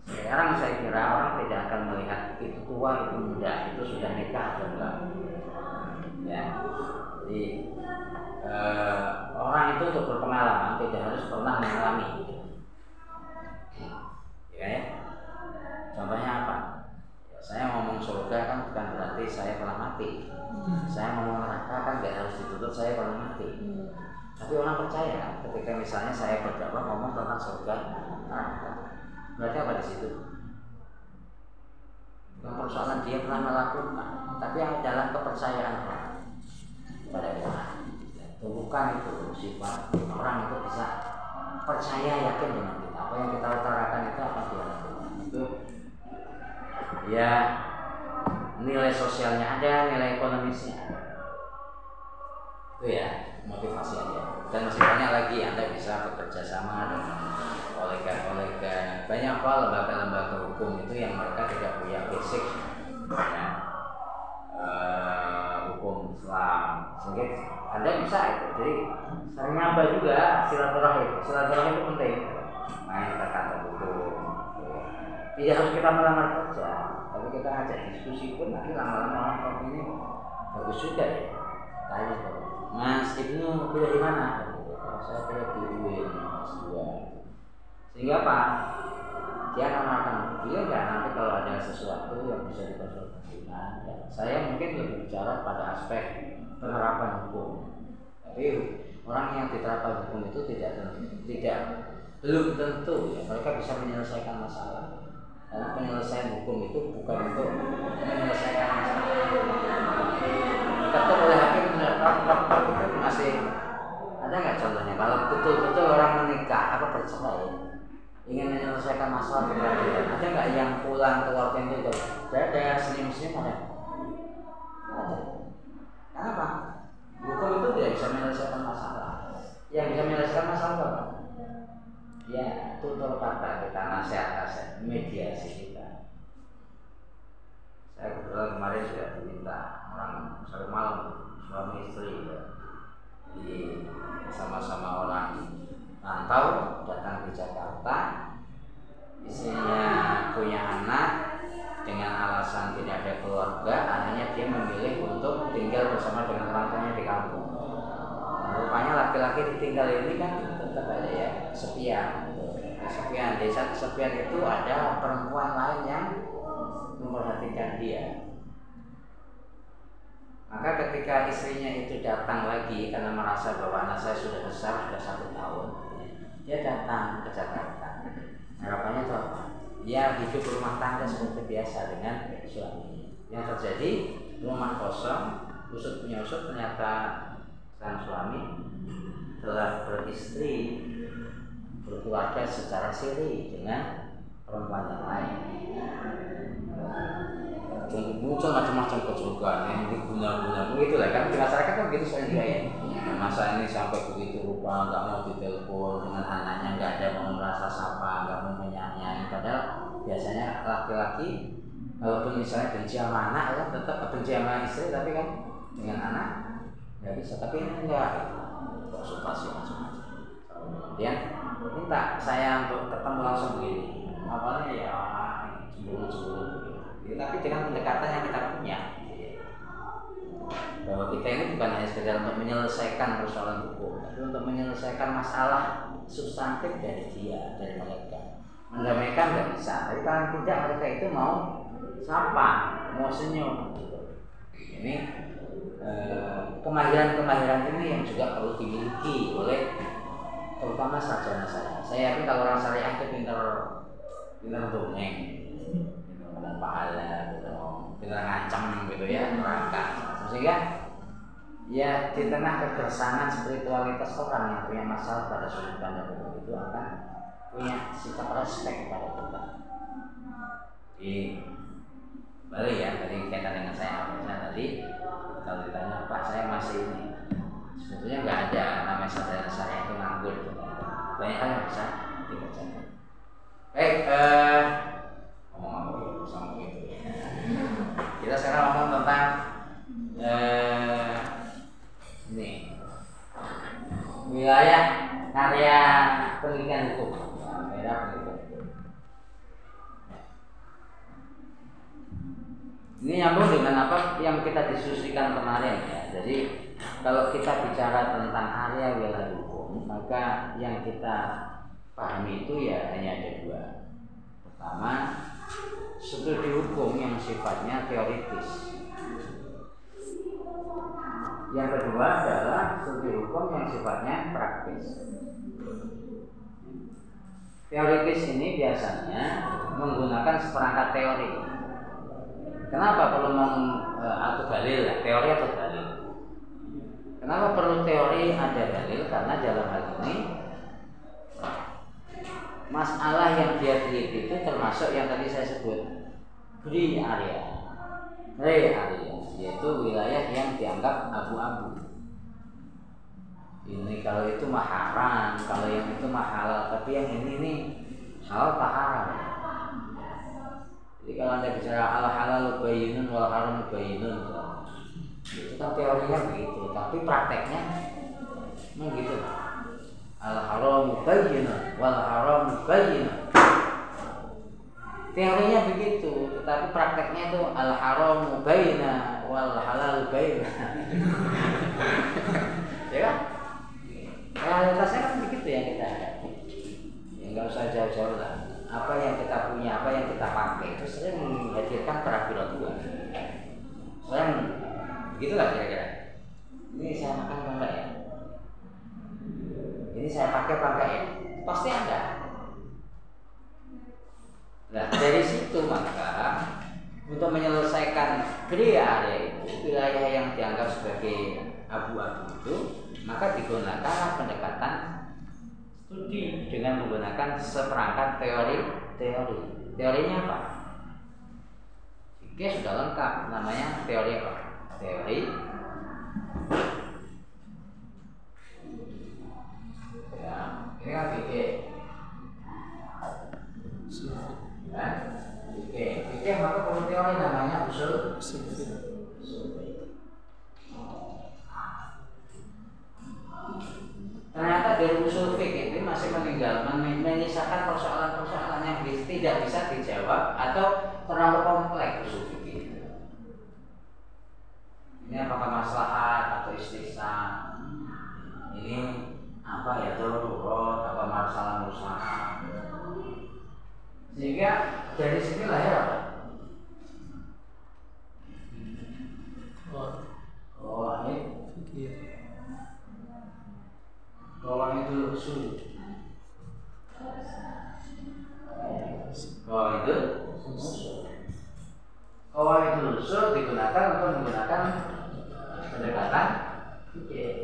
Sekarang saya kira orang tidak akan melihat itu tua, itu muda, itu sudah nikah atau enggak. Ya, jadi orang itu untuk berpengalaman tidak harus pernah mengalami. Ya. Contohnya apa? Ya, saya ngomong surga kan bukan berarti saya pernah mati. Saya ngomong neraka kan nggak harus dituntut saya pernah mati. Tapi orang percaya ketika misalnya saya berdakwah ngomong tentang surga, neraka. Berarti apa di situ? Bukan persoalan dia pernah melakukan, tapi yang dalam kepercayaan orang pada Tuhan. Bukan itu sifat orang itu bisa percaya yakin dengan kita. Apa yang kita utarakan itu akan dilakukan. Itu ya nilai sosialnya ada, nilai ekonomisnya ada. Itu ya motivasi aja. Dan masih banyak lagi Anda bisa bekerja sama dengan kolega-kolega. Banyak hal lembaga-lembaga hukum itu yang mereka tidak punya basic ya, hukum Islam. Sehingga Anda bisa itu. Jadi sering nyambah juga silaturahim. Silaturahim itu penting. Main ke kantor hukum. Tidak harus kita melamar kerja, tapi kita ajak diskusi pun nanti lama-lama orang ini bagus juga ya. Tanya tuh, Mas Ibnu kuliah di mana? Saya kuliah di UIN S2. Sehingga apa? Dia akan dia nggak nanti kalau ada sesuatu yang bisa dikonsultasikan. Ya, saya mungkin lebih bicara pada aspek penerapan hukum. Tapi orang yang diterapkan hukum itu belum tentu ya mereka bisa menyelesaikan masalah. Karena penyelesaian hukum itu bukan untuk menyelesaikan masalah. Ketuk oleh hakim itu masih ada nggak contohnya? Kalau betul-betul orang menikah atau bercerai ingin menyelesaikan masalah di pengadilan, ada nggak yang pulang keluar pintu itu? Ada senyum-senyum ada? Ada. Kenapa? Hukum itu tidak bisa menyelesaikan masalah. Yang bisa menyelesaikan masalah apa? Ya, tutur kata kita, nasihat, mediasi kita. Saya kebetulan kemarin sudah diminta orang satu malam suami istri ya, di sama-sama orang rantau datang ke Jakarta. Istrinya punya anak dengan alasan tidak ada keluarga, anaknya dia memilih untuk tinggal bersama dengan orang tuanya di kampung. Rupanya laki-laki ditinggal ini kan tetap ada ya kesepian. Desa kesepian itu ada perempuan lain yang memperhatikan dia. Maka ketika istrinya itu datang lagi karena merasa bahwa anak saya sudah besar, sudah 1 tahun, dia datang ke Jakarta. Harapannya itu apa? Dia hidup rumah tangga seperti biasa dengan suaminya. Yang terjadi rumah kosong, usut punya usut ternyata sang suami telah beristri, berkeluarga secara siri dengan perempuan yang lain. Muncul macam-macam kecurangan yang diguna-guna begitu lah kan di masyarakat kan begitu soalnya ya. Masa ini sampai begitu rupa nggak mau ditelepon dengan anaknya, nggak ada mau merasa sapa, nggak mau menyanyi. Padahal biasanya laki-laki walaupun misalnya benci sama anak ya tetap benci sama istri, tapi kan dengan anak nggak bisa. Tapi ini enggak konsultasi macam-macam. Kemudian minta saya untuk ketemu langsung begini. Awalnya ya cemburu-cemburu. Ya, tapi dengan pendekatan yang kita punya, bahwa kita ini bukan hanya sekedar untuk menyelesaikan persoalan hukum, tapi untuk menyelesaikan masalah substantif dari dia, dari mereka. Mendamaikan nggak bisa, tapi kalau tidak mereka itu mau sapa, mau senyum. Ini kemahiran-kemahiran ini yang juga perlu dimiliki oleh terutama sarjana saya. Saya yakin kalau orang syariah itu pintar dongeng, pintar pahala, pintar ngancam gitu ya, neraka. Sehingga ya di tengah kegersangan spiritualitas orang yang punya masalah pada sudut pandang itu akan punya sikap respek pada Tuhan. Di balik ya, tadi kaitan dengan saya tadi kalau ditanya Pak saya masih ini, sebetulnya nggak ada namanya sadar saya itu nganggur, banyak hal yang bisa dikerjakan. Baik, ngomong apa ya sama gitu. Kita sekarang ngomong tentang ini wilayah karya penelitian hukum, daerah penelitian hukum. Ini nyambung dengan apa yang kita diskusikan kemarin ya. Jadi kalau kita bicara tentang area wilayah hukum, maka yang kita pahami itu ya hanya ada dua. Pertama, studi hukum yang sifatnya teoritis. Yang kedua adalah studi hukum yang sifatnya praktis. Teoritis ini biasanya menggunakan seperangkat teori. Kenapa perlu atau dalil ya? Teori atau dalil? Kenapa perlu teori ada dalil? Karena dalam hal ini masalah yang dia teliti itu termasuk yang tadi saya sebut gray area, yaitu wilayah yang dianggap abu-abu. Ini kalau itu mah haram, kalau yang itu mah halal, tapi yang ini nih halal tak haram. Jadi kalau Anda bicara al-halal bayyinun wal haram bayyinun, itu kan teorinya begitu, tapi prakteknya memang gitu. Al-haram bayyinun wal haram bayyinun. Teorinya begitu, tetapi prakteknya itu al-haram bayyina wal halal bayyina. Ya kan? Realitasnya kan begitu yang kita hadapi. Ya enggak usah jauh-jauh lah. Apa yang kita punya, apa yang kita pakai itu sering menghadirkan keraguan. Sering begitulah kira-kira. Ini saya makan apa enggak ya? Ini saya pakai apa enggak ya? Pasti ada. Nah dari situ maka untuk menyelesaikan gray area itu, wilayah yang dianggap sebagai abu-abu itu, maka digunakanlah pendekatan studi dengan menggunakan seperangkat teori. Teorinya apa? Fikih sudah lengkap, namanya teori apa? Teori ya, ini kan fikih. Ya, fikih maka perlu teori namanya usul. Ternyata dari usul fikih itu masih menyisakan persoalan-persoalan yang tidak bisa dijawab atau terlalu kompleks usul fikih. Ini apakah maslahat atau istisna? Ini apa ya darurat, apa masalah musaha? Sehingga dari sini lahir apa? Itu usul. Itu usul digunakan untuk menggunakan pendekatan fikih.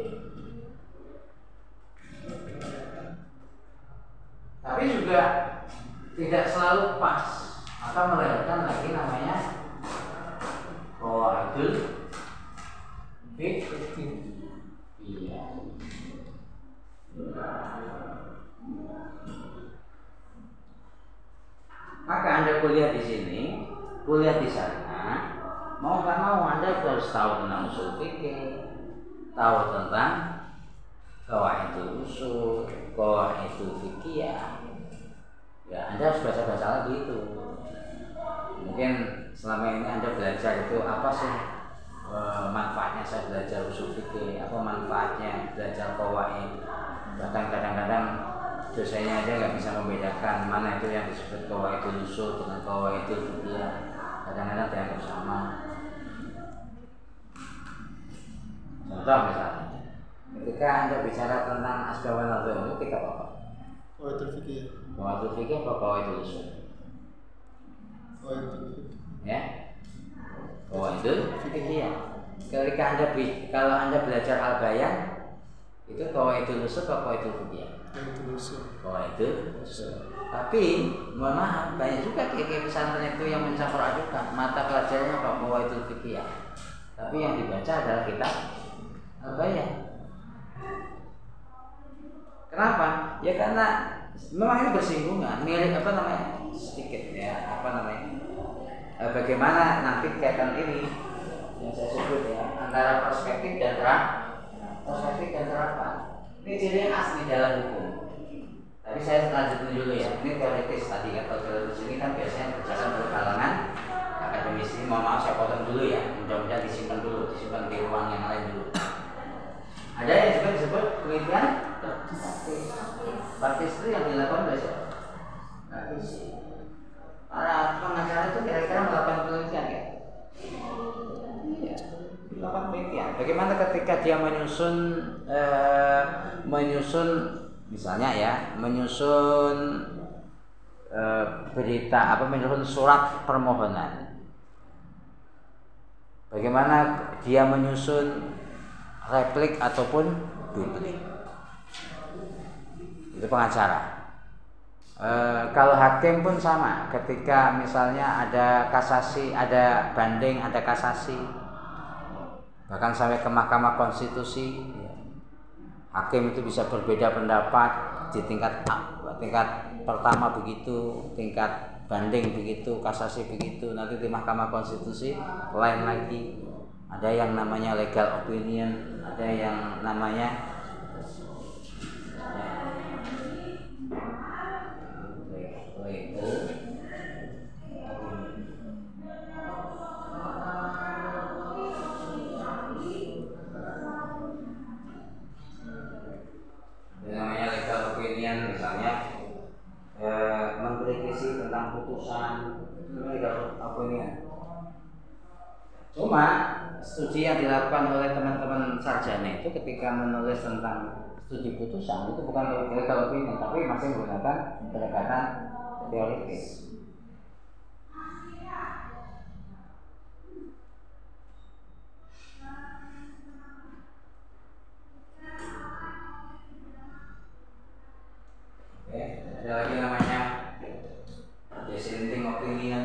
Tapi juga tidak selalu pas, maka melahirkan lagi namanya qawaidul fikih. Iya. Maka Anda kuliah di sini, kuliah di sana, mau nggak mau Anda harus tahu tentang usul fikih, tahu tentang qawaidul usul, qawaidul fikih. Ya, Anda harus baca-baca lagi itu. Mungkin selama ini Anda belajar itu apa sih manfaatnya saya belajar usul fikih, apa manfaatnya belajar qawaid. Bahkan kadang-kadang dosennya aja nggak bisa membedakan mana itu yang disebut qawaidul usul dengan qawaidul fikih. Kadang-kadang dianggap sama. Contoh misalnya, ketika Anda bicara tentang asbabun nuzul itu kita apa? Qawaidul fikih. Qawaidul fikih atau qawaidul usul? Qawaidul fikih. Ya. Qawaidul fikih. Kalau Anda belajar al-bayan itu qawaidul usul atau qawaidul fikih? Qawaidul usul. Tapi mohon maaf, banyak juga kiai pesantren itu yang mencampur adukan mata pelajarannya apa qawaidul fikih. Tapi yang dibaca adalah kitab al-bayan. Kenapa? Ya karena memang ini bersinggungan, mirip sedikit ya, bagaimana nanti kaitan ini yang saya sebut ya, antara perspektif dan terapan. Ini ciri khas di dalam hukum. Tapi saya lanjutin dulu ya. Ini teoritis tadi kan, kalau teoritis ini kan biasanya berjalan dari kalangan akademisi mohon maaf saya potong dulu ya, mudah-mudahan disimpan di ruang yang lain dulu. Ada yang juga disebut penelitian praktis itu yang dilakukan oleh siapa? Para pengacara itu kira-kira melakukan penelitian ya? Iya, melakukan penelitian. Bagaimana ketika dia menyusun misalnya ya, menyusun berita menyusun surat permohonan. Bagaimana dia menyusun replik ataupun duplik. Itu pengacara. Kalau hakim pun sama, ketika misalnya ada kasasi, ada banding, ada kasasi, bahkan sampai ke Mahkamah Konstitusi, hakim itu bisa berbeda pendapat di tingkat pertama begitu, tingkat banding begitu, kasasi begitu, nanti di Mahkamah Konstitusi lain lagi. Ada yang namanya legal opinion, ada yang namanya legal opinion, misalnya mengkritisi tentang putusan, itu legal opinion. Cuma studi yang dilakukan oleh teman-teman sarjana itu ketika menulis tentang studi putusan itu bukan legal opinion, tapi masih menggunakan pendekatan teoritis. Oke, ada lagi namanya dissenting opinion.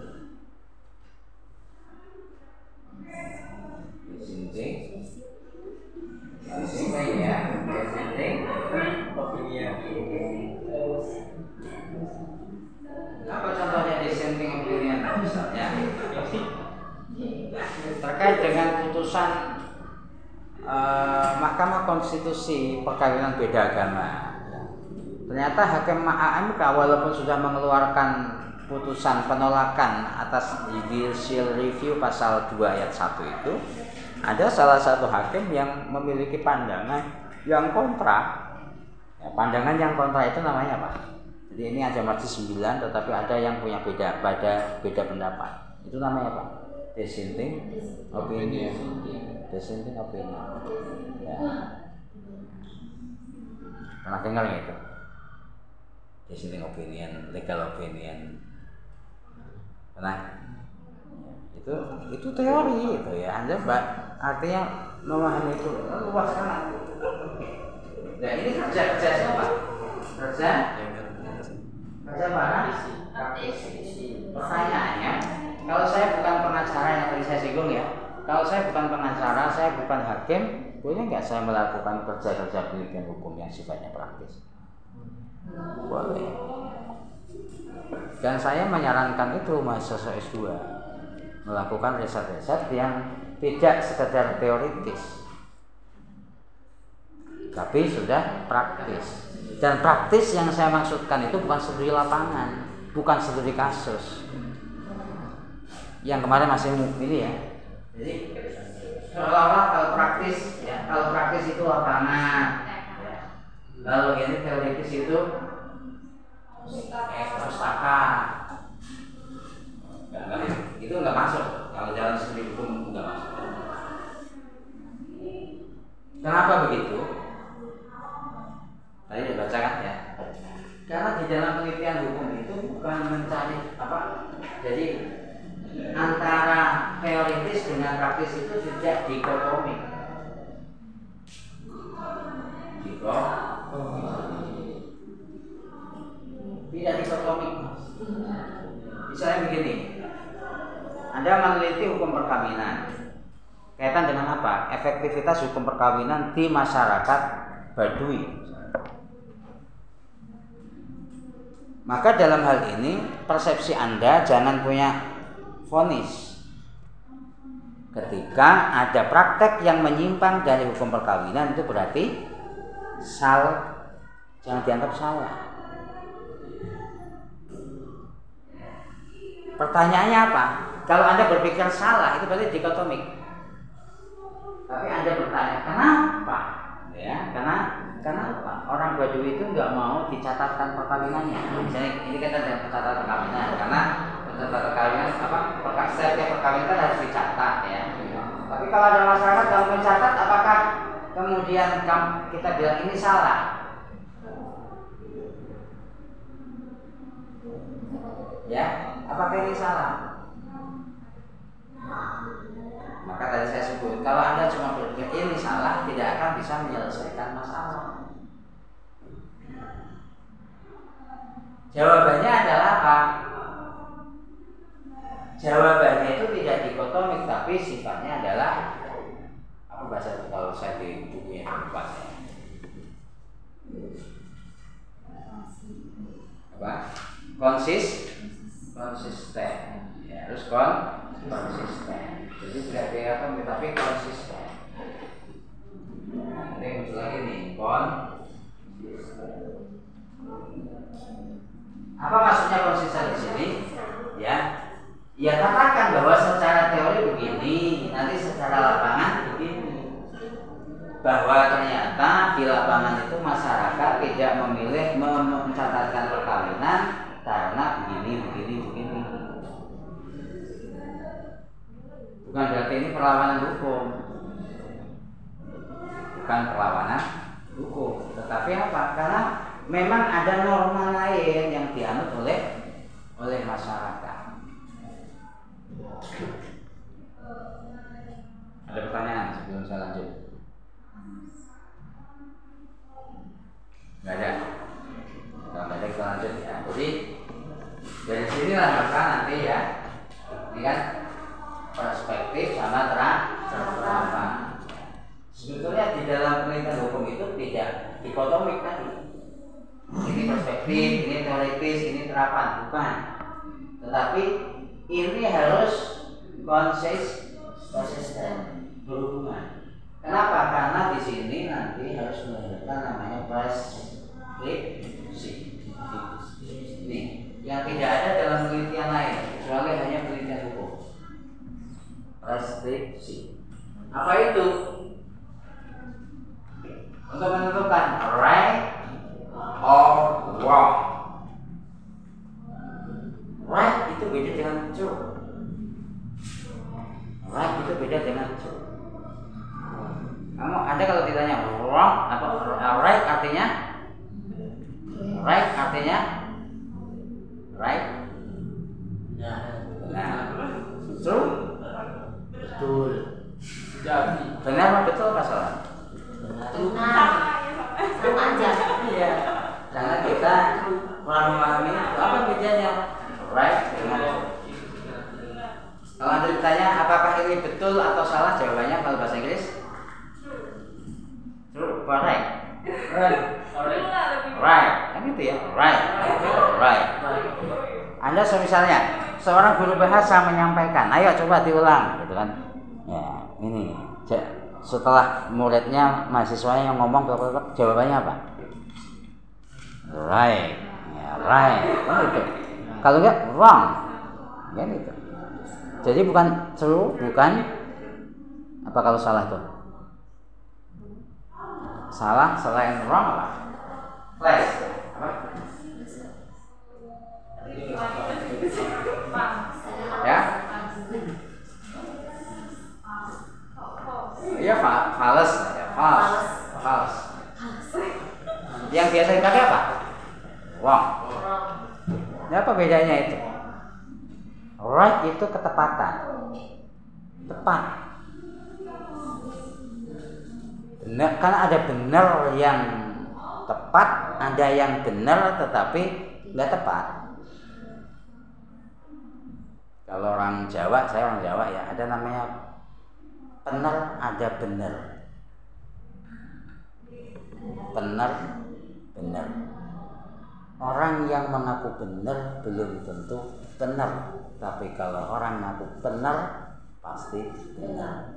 Dissenting ya, dissenting opinion. Apa contohnya dissenting opinion? Misalnya terkait dengan putusan Mahkamah Konstitusi perkawinan beda agama. Ternyata Hakim MK walaupun sudah mengeluarkan putusan penolakan atas judicial review pasal 2 ayat 1 itu, ada salah satu hakim yang memiliki pandangan yang kontra. Ya, pandangan yang kontra itu namanya apa? Jadi ini ada majelis 9 tetapi ada yang punya beda pendapat. Itu namanya apa? Dissenting opinion. Dissenting opinion. Ya. Pernah dengar itu? Dissenting opinion, legal opinion. Nah, itu teori itu ya. Anda artinya memahami itu luas kan. Nah, ini kerja siapa? Kerja mana? Pertanyaannya, kalau saya bukan pengacara yang tadi saya singgung ya, kalau saya bukan pengacara, saya bukan hakim, boleh nggak saya melakukan kerja penelitian hukum yang sifatnya praktis? Boleh. Dan saya menyarankan itu mahasiswa S2 melakukan riset-riset yang tidak sekedar teoritis, tapi sudah praktis. Dan praktis yang saya maksudkan itu bukan studi lapangan, bukan studi kasus. Yang kemarin masih ini ya. Jadi seolah-olah kalau praktis itu lapangan, ya. Lalu ini teoritis itu pustaka. Itu nggak masuk. Kalau jalan studi hukum nggak masuk. Kenapa begitu? Tadi sudah baca kan ya. Karena di dalam penelitian hukum itu bukan mencari jadi antara teoritis dengan praktis itu tidak dikotomi. Tidak dikotomi. Misalnya begini, Anda meneliti hukum perkawinan, kaitan dengan apa? Efektivitas hukum perkawinan di masyarakat Baduy. Maka dalam hal ini persepsi Anda jangan punya vonis. Ketika ada praktek yang menyimpang dari hukum perkawinan itu berarti jangan dianggap salah. Pertanyaannya apa? Kalau Anda berpikir salah itu berarti dikotomik. Tapi Anda bertanya kenapa? Ya, kenapa orang Badui itu nggak mau dicatatkan perkawinannya? Misalnya ini kan ada pencatatan perkawinan, karena pencatatan perkawinan setiap perkawinan kan harus dicatat ya. Tapi kalau ada masyarakat dalam mencatat, apakah kemudian kita bilang ini salah? Ya, apakah ini salah? Maka tadi saya sebut, kalau Anda cuma berpikir ini salah, tidak akan bisa menyelesaikan masalah. Jawabannya adalah apa? Jawabannya itu tidak dikotomik, tapi sifatnya adalah apa bahasa itu kalau saya di buku yang keempat ya? Apa? Konsisten. Ya, harus konsisten. Jadi tidak dikotomik tapi konsisten. Nah, ini muncul lagi nih konsisten. Apa maksudnya konsisten di sini? Ya katakan bahwa secara teori begini, nanti secara lapangan begini. Bahwa ternyata di lapangan itu masyarakat tidak memilih mencatatkan perkawinan karena begini. Bukan berarti ini perlawanan hukum. Tetapi apa? Karena memang ada norma lain yang dianut oleh masyarakat. Ada pertanyaan sebelum saya lanjut? Nggak ada. Kalau nggak ada kita lanjut ya. Jadi dari sinilah maka nanti ya, ini kan perspektif sama terapa. Sebetulnya di dalam penelitian hukum itu tidak dikotomik tadi. Ini perspektif, ini teoritis, ini terapan, bukan. Tetapi ini harus konsisten berhubungan. Kenapa? Karena di sini nanti harus melahirkan namanya preskripsi. Ini yang tidak ada dalam penelitian lain kecuali hanya penelitian hukum. Preskripsi. Apa itu? Untuk menentukan right or wrong. Right itu beda dengan true. Right itu beda dengan true. Anda kalau ditanya wrong apa right artinya? Right artinya? Right? Nah, true? Betul. Benar apa betul apa salah? Benar. Sama aja. Iya. Jangan kita kurang memahami apa bedanya right dengan true. Kalau Anda ditanya apakah ini betul atau salah, jawabannya kalau bahasa Inggris true apa right? Right. Kan itu ya, right. Anda misalnya seorang guru bahasa menyampaikan, ayo coba diulang, gitu kan? Ya, ini setelah muridnya, mahasiswanya yang ngomong, jawabannya apa? Right, ya, right, kan itu. Kalau enggak wrong, kan itu. Jadi bukan true, bukan apa kalau salah itu? Salah selain wrong apa? Less. Apa? Ya? Iya, false ya, false. Yang biasa dipakai apa? Wrong. Ini apa bedanya itu? Right itu ketepatan. Tepat. Benar, karena ada benar yang tepat, ada yang benar tetapi nggak tepat. Kalau orang Jawa, saya orang Jawa ya, ada namanya benar, ada benar. Benar. Orang yang mengaku benar belum tentu benar, tapi kalau orang mengaku benar pasti benar.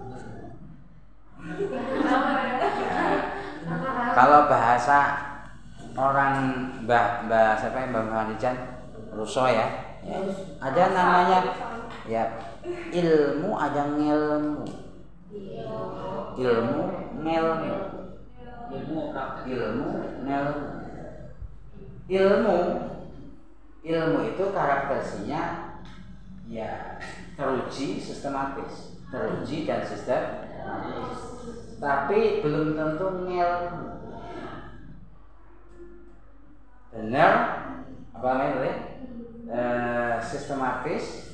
Kalau bahasa orang Mbah siapa yang Mbah Muhammad Rousseau ya, ada namanya Ya, ilmu ada ngelmu. Ilmu ngelmu. Ilmu itu karakteristiknya ya teruji sistematis, teruji dan sistematis. Tapi belum tentu ngelmu. Benar apa namanya tadi? Sistematis,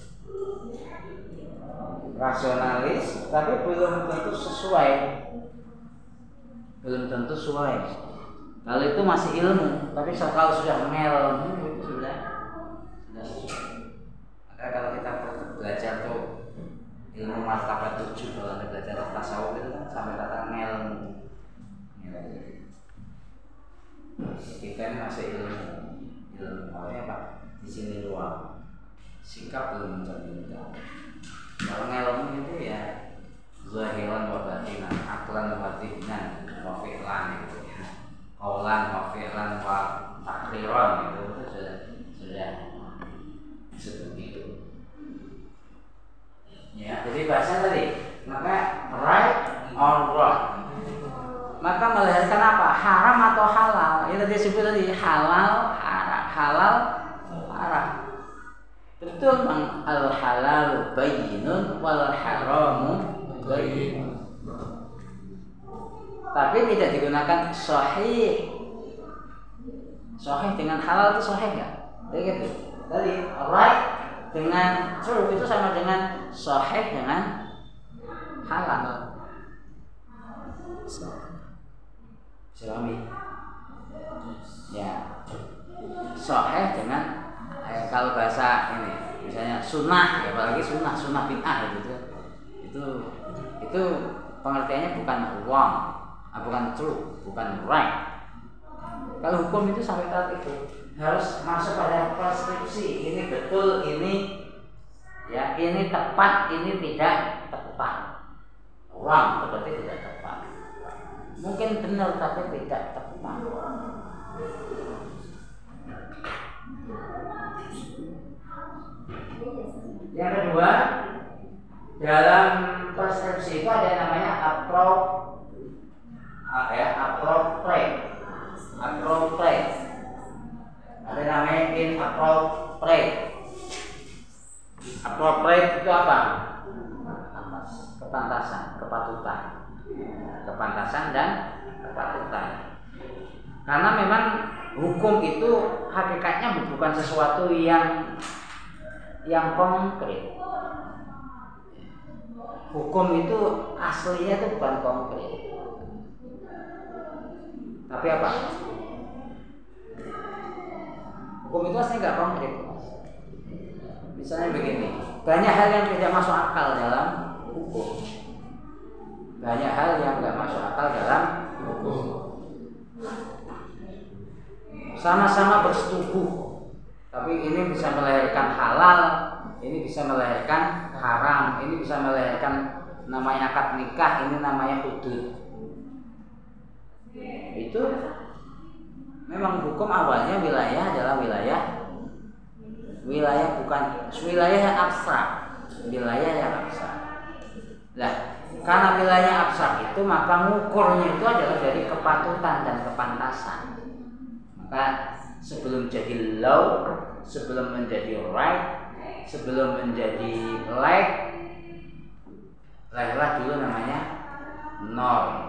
rasionalis, tapi belum tentu sesuai. Kalau itu masih ilmu, tapi kalau sudah ngelmu itu sudah sesuai. Maka kalau kita belajar tuh ilmu martabat 7, kalau kita belajar tasawuf itu kan sampai kata ngelmu. Kita ini masih ilmu. Makanya apa? Di sini luar. Sikap belum mencerminkan. Kalau ngelmu itu ya zahiran wa batinan, aklan wa tibnan, wa fi'lan itu ya. Qaulan wa fi'lan wa takriran itu sudah seperti itu. Ya, jadi bahasa tadi, maka right or wrong. Maka melahirkan apa? Haram atau halal? Itu tadi disebut tadi halal, haram. Betul bang, al halalu bayyinun wal haramu bayyinun. Tapi tidak digunakan sahih. Sahih dengan halal itu sahih enggak? Begitu. Tadi right dengan true itu sama dengan sahih dengan halal. Selami. Ya. Sahih dengan kalau bahasa ini misalnya sunnah, ya, apalagi sunnah bid'ah itu pengertiannya bukan wrong, bukan true, bukan right. Kalau hukum itu sampai tahap itu harus masuk pada preskripsi, ini betul, ini ya, ini tepat, ini tidak tepat. Wrong berarti tidak tepat. Mungkin benar tapi tidak tepat. Yang kedua, dalam persepsi itu ada yang namanya appropriate. Ada yang namanya inappropriate. Appropriate itu apa? Kepantasan, kepantasan dan kepatutan. Karena memang hukum itu hakikatnya bukan sesuatu yang konkret. Hukum itu aslinya itu bukan konkret. Tapi apa? Hukum itu aslinya nggak konkret. Misalnya begini, banyak hal yang tidak masuk akal dalam hukum. Banyak hal yang nggak masuk akal dalam hukum. Sama-sama bersetubuh, tapi ini bisa melahirkan halal, ini bisa melahirkan haram, ini bisa melahirkan namanya akad nikah, ini namanya hudud. Itu memang hukum awalnya wilayah adalah wilayah bukan wilayah yang abstrak, wilayah yang abstrak. Nah, karena wilayah abstrak itu maka ngukurnya itu adalah dari kepatutan dan kepantasan. Maka sebelum jadi law, sebelum menjadi right, sebelum menjadi like, lahirlah dulu namanya norm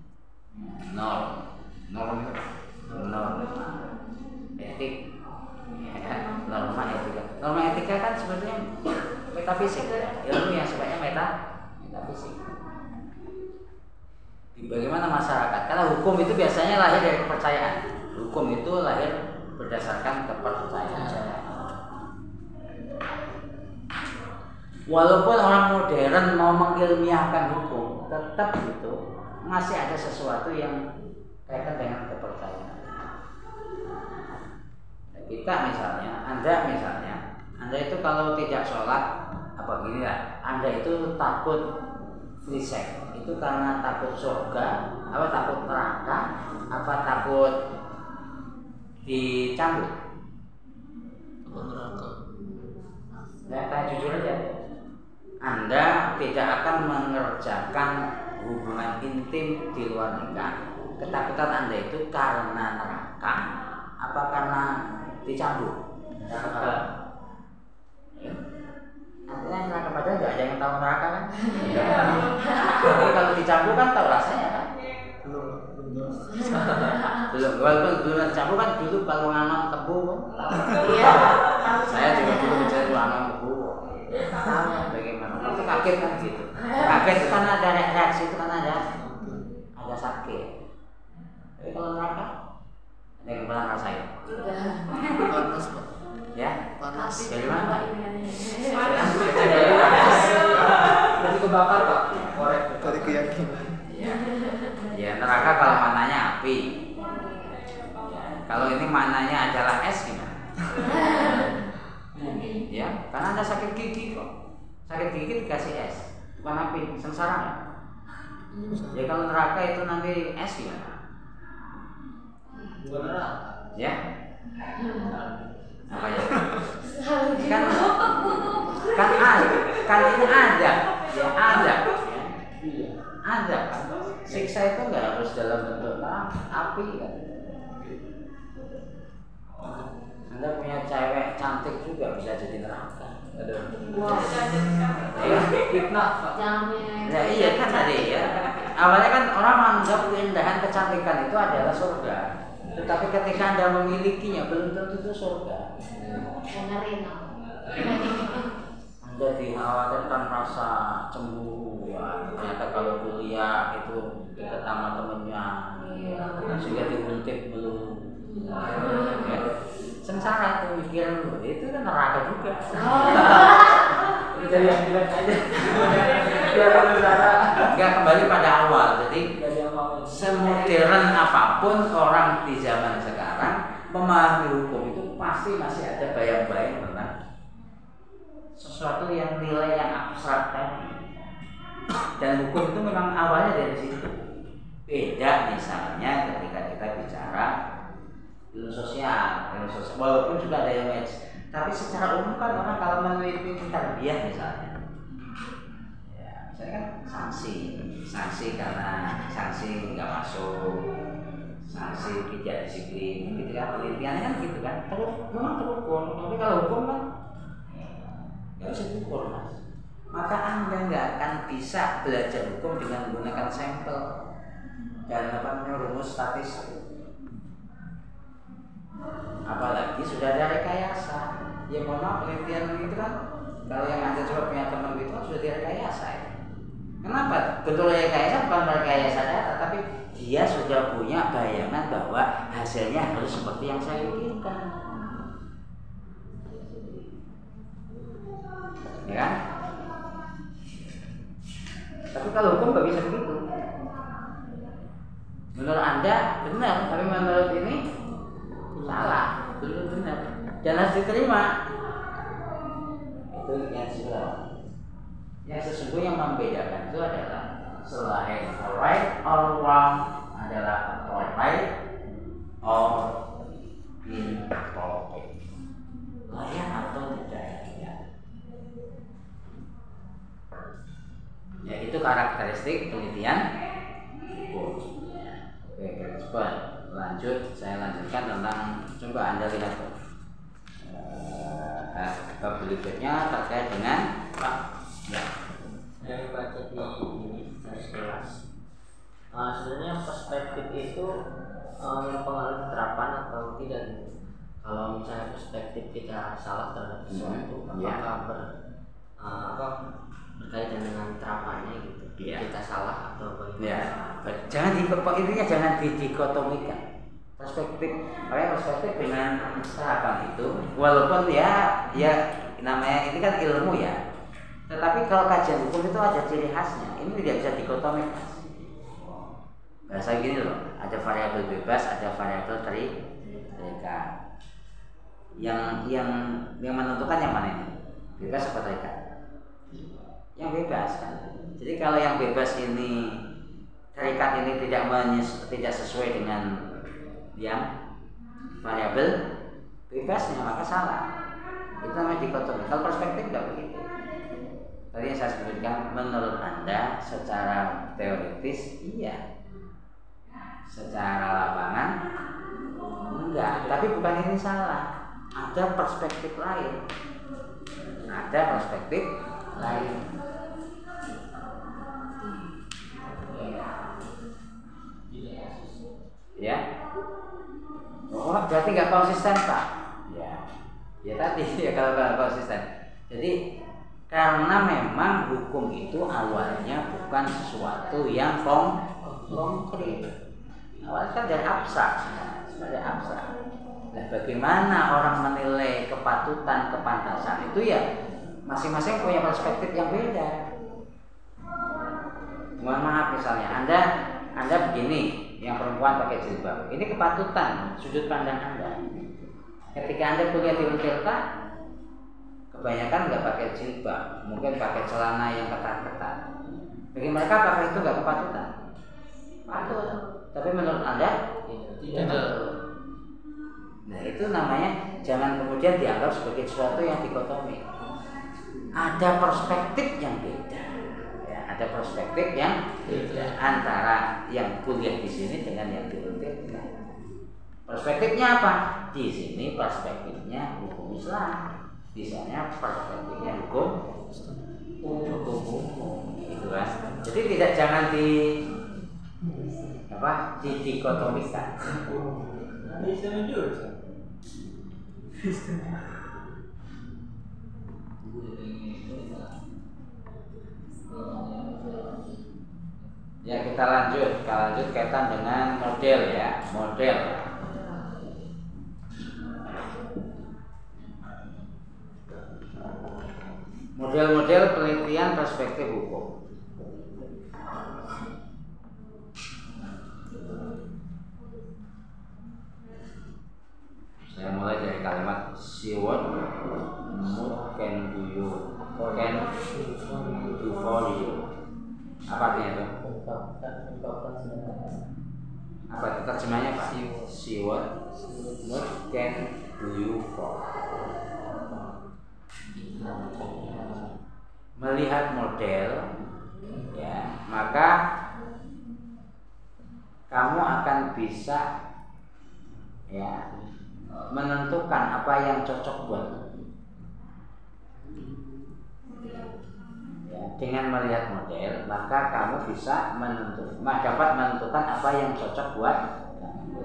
etik, ya, norma etika kan sebetulnya metafisik, ilmu yang sifatnya metafisik. Bagaimana masyarakat? Karena hukum itu biasanya lahir dari kepercayaan. Hukum itu lahir berdasarkan kepercayaan. Walaupun orang modern mau mengilmiahkan hukum, tetap itu masih ada sesuatu yang kaitan dengan kepercayaan. Kita misalnya, Anda itu kalau tidak sholat, apa gini lah, Anda itu takut free sex, itu karena takut surga, apa takut neraka, apa takut dicambuk? Neraka. Ya, tanya jujur aja. intim di luar nikah, ketakutan Anda itu karena neraka apa karena dicambuk? Neraka. Ya. Artinya neraka padahal nggak ada yang tahu neraka kan? Tapi kalau dicambuk kan tahu rasanya kan? Belum, walaupun belum dicambuk kan dulu kalau ngangon tebu kan? Iya. Saya juga dulu mencari ngangon tebu. Tahu bagaimana? Itu kaget kan gitu. Kaget itu kan ada reaksi itu kan ada sakit. Tapi kalau neraka ada yang pernah rasain? Panas, Pak. Ya? Panas. Dari mana? Jadi kebakar Pak. Korek. Dari keyakinan. Ya. Ya neraka kalau mananya api. Ya, kalau ini mananya adalah es gimana? Ya, karena Anda sakit gigi kok. Sakit gigi dikasih es, bukan api, sengsara ya. Ya kalau neraka itu nanti es gimana? Bukan neraka. Ya? Apa ya? Kan ini ada, ya ada, ya. Iya. Ada kan. Siksa itu nggak harus dalam bentuk api kan. Anda punya cewek cantik juga bisa jadi neraka. Ada. Wah. Ya, Fitnah Pak. Jangan. ya iya kan tadi ya. Awalnya kan orang menganggap keindahan kecantikan itu adalah surga. Tetapi ketika Anda memilikinya belum tentu itu surga. Dengerin. Anda dikhawatirkan rasa cemburu. Wah, ternyata kalau kuliah itu dekat sama temennya, sehingga diuntip belum. Ya. Sengsara tuh mikiran lu, itu kan neraka juga. Jadi yang bilang aja. Biar bersara. Enggak, kembali pada awal. Jadi Jadi yang mau. semodern apapun orang di zaman sekarang memahami hukum itu pasti masih ada bayang-bayang tentang sesuatu yang nilai yang abstrak tadi. Dan hukum itu memang awalnya dari situ. Beda misalnya ketika kita bicara ilmu sosial, walaupun juga ada yang match, tapi secara umum kan orang kalau meneliti tarbiyah misalnya, ya misalnya kan sanksi karena sanksi nggak masuk, sanksi tidak disiplin, gitu kan penelitiannya kan gitu kan, memang terukur, tapi kalau hukum kan nggak bisa diukur mas. Maka Anda nggak akan bisa belajar hukum dengan menggunakan sampel dan rumus statistik. Apalagi sudah ada rekayasa. Ya mohon maaf, penelitian itu kan kalau yang Anda coba punya teman itu kan sudah direkayasa ya. Kenapa? Betul rekayasa bukan rekayasa data, tapi dia sudah punya bayangan bahwa hasilnya harus seperti yang saya pikirkan. Ya kan? Tapi kalau hukum nggak bisa begitu. Menurut Anda benar, tapi menurut ini salah, belum benar. Dan harus diterima. Itu yang sebenarnya. Yang sesungguhnya membedakan itu adalah selain right or wrong adalah right or inappropriate. Layak atau tidak layak. Ya itu karakteristik penelitian hukum. Oke, cepat lanjut. Saya lanjutkan tentang, coba Anda lihat tuh. Bab berikutnya terkait dengan Pak. Ya. Saya baca di ini secara kelas. Sebenarnya perspektif itu mempengaruhi terapan atau tidak gitu. Kalau misalnya perspektif kita salah terhadap sesuatu, apakah berkaitan dengan terapannya gitu? Kita salah atau bagaimana? Ya. Jangan intinya jangan didikotomikan. Perspektif dengan terapan itu, walaupun ya namanya ini kan ilmu ya. Tetapi kalau kajian hukum itu ada ciri khasnya. Ini tidak bisa dikotomik. Bahasa gini loh, ada variabel bebas, ada variabel terikat. Yang menentukan yang mana ini? Bebas atau terikat? Yang bebas kan. Jadi kalau yang bebas ini terikat ini tidak sesuai dengan yang variabel bebasnya, maka salah. Itu namanya dikotomi. Kalau perspektif nggak begitu. Tadi yang saya sebutkan, menurut Anda Anda secara teoritis iya, secara lapangan enggak. Tapi bukan ini salah, ada perspektif lain, ya. Oh, berarti nggak konsisten Pak? Ya tadi ya kalau nggak konsisten. Jadi karena memang hukum itu awalnya bukan sesuatu yang konkret. Awalnya kan dari abstrak. Nah, bagaimana orang menilai kepatutan, kepantasan itu ya masing-masing punya perspektif yang beda. Mohon maaf misalnya Anda begini, yang perempuan pakai jilbab, ini kepatutan sudut pandang Anda. Ketika Anda kuliah di Untirta, kebanyakan nggak pakai jilbab, mungkin pakai celana yang ketat-ketat. Bagi mereka apakah itu nggak kepatutan? Patut. Tapi menurut Anda tidak. Nah itu namanya jangan kemudian dianggap sebagai sesuatu yang dikotomi. Ada perspektif yang beda. Ya, ada perspektif yang beda antara yang kuliah di sini dengan yang di Untirta. Perspektifnya apa? Di sini perspektifnya hukum Islam. Di sana perspektifnya hukum umum, gitu kan? Jadi jangan dikotomikan. Ya kita lanjut kaitan dengan model. Model-model penelitian perspektif hukum. Saya mulai dari kalimat see what mood can do for you. Apa artinya itu? Apa itu terjemahnya Pak? See what mood can do you for. Melihat model, ya, maka kamu akan bisa ya menentukan apa yang cocok buatmu. Ya, dengan melihat model, maka kamu bisa dapat menentukan apa yang cocok buat kamu.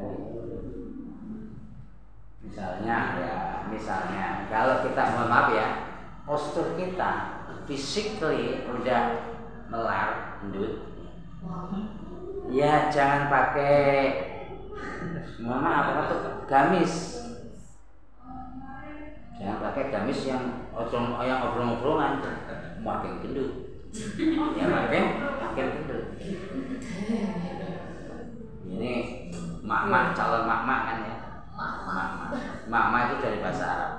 Misalnya kalau kita mohon maaf ya, postur kita physically udah melar, endut. Ya jangan pakai mohon maaf apa tuh gamis. Jangan pakai gamis yang obrol-obrolan, makin gendut. Ya makin gendut. Ini calon mak kan ya. Mak itu dari bahasa Arab.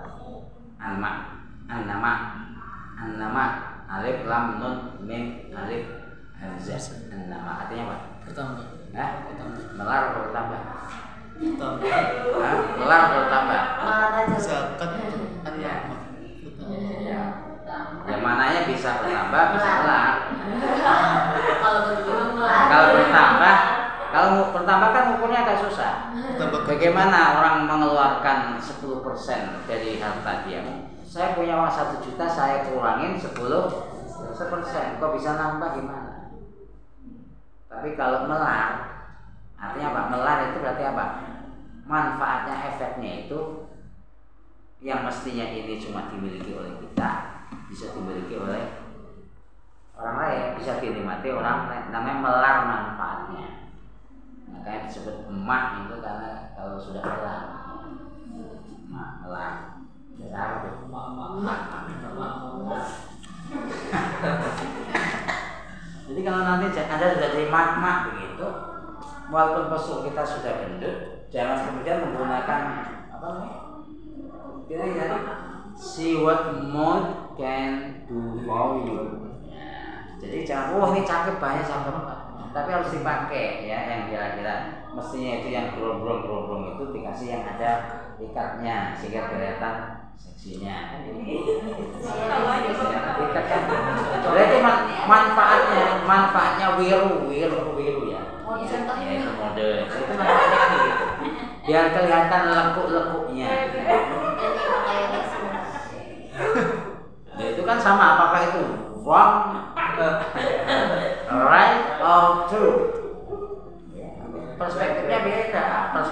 An-nama alif lam nun mim alif hamzah. An-nama artinya apa? Bertambah. Melar atau bertambah? Bertambah. Melar atau bertambah? Zakat Ya. Yang mananya bisa bertambah, bisa melar. Kalau mau bertambah kan ukurnya agak susah. Bagaimana orang mengeluarkan 10% dari harta dia? Saya punya uang 1 juta, saya kurangin 10%. Kok bisa nambah gimana? Tapi kalau melar, artinya apa? Melar itu berarti apa? Manfaatnya, efeknya itu yang mestinya ini cuma dimiliki oleh kita, bisa dimiliki oleh orang lain, bisa dinikmati orang lain. Namanya melar manfaatnya. Makanya disebut emak itu karena kalau sudah melar, melar. Jadi kalau nanti Anda sudah jadi mak begitu, walaupun postur kita sudah gendut, jangan kemudian menggunakan apa namanya? Kita jadi see what mood can do for you. Ya, jadi jangan ini cakep banyak cakep, tapi harus dipakai ya yang kira-kira mestinya itu yang brong itu dikasih yang ada ikatnya sehingga kelihatan seksinya. Ikat kan? Berarti manfaatnya wiru ya. Oh, contohnya. Ya, itu mode. Itu manfaatnya kan gitu. Biar kelihatan lekuk-lekuknya. Jadi pakai resin. Ya, itu kan sama, apakah itu wrong, right or true? Perspektifnya beda.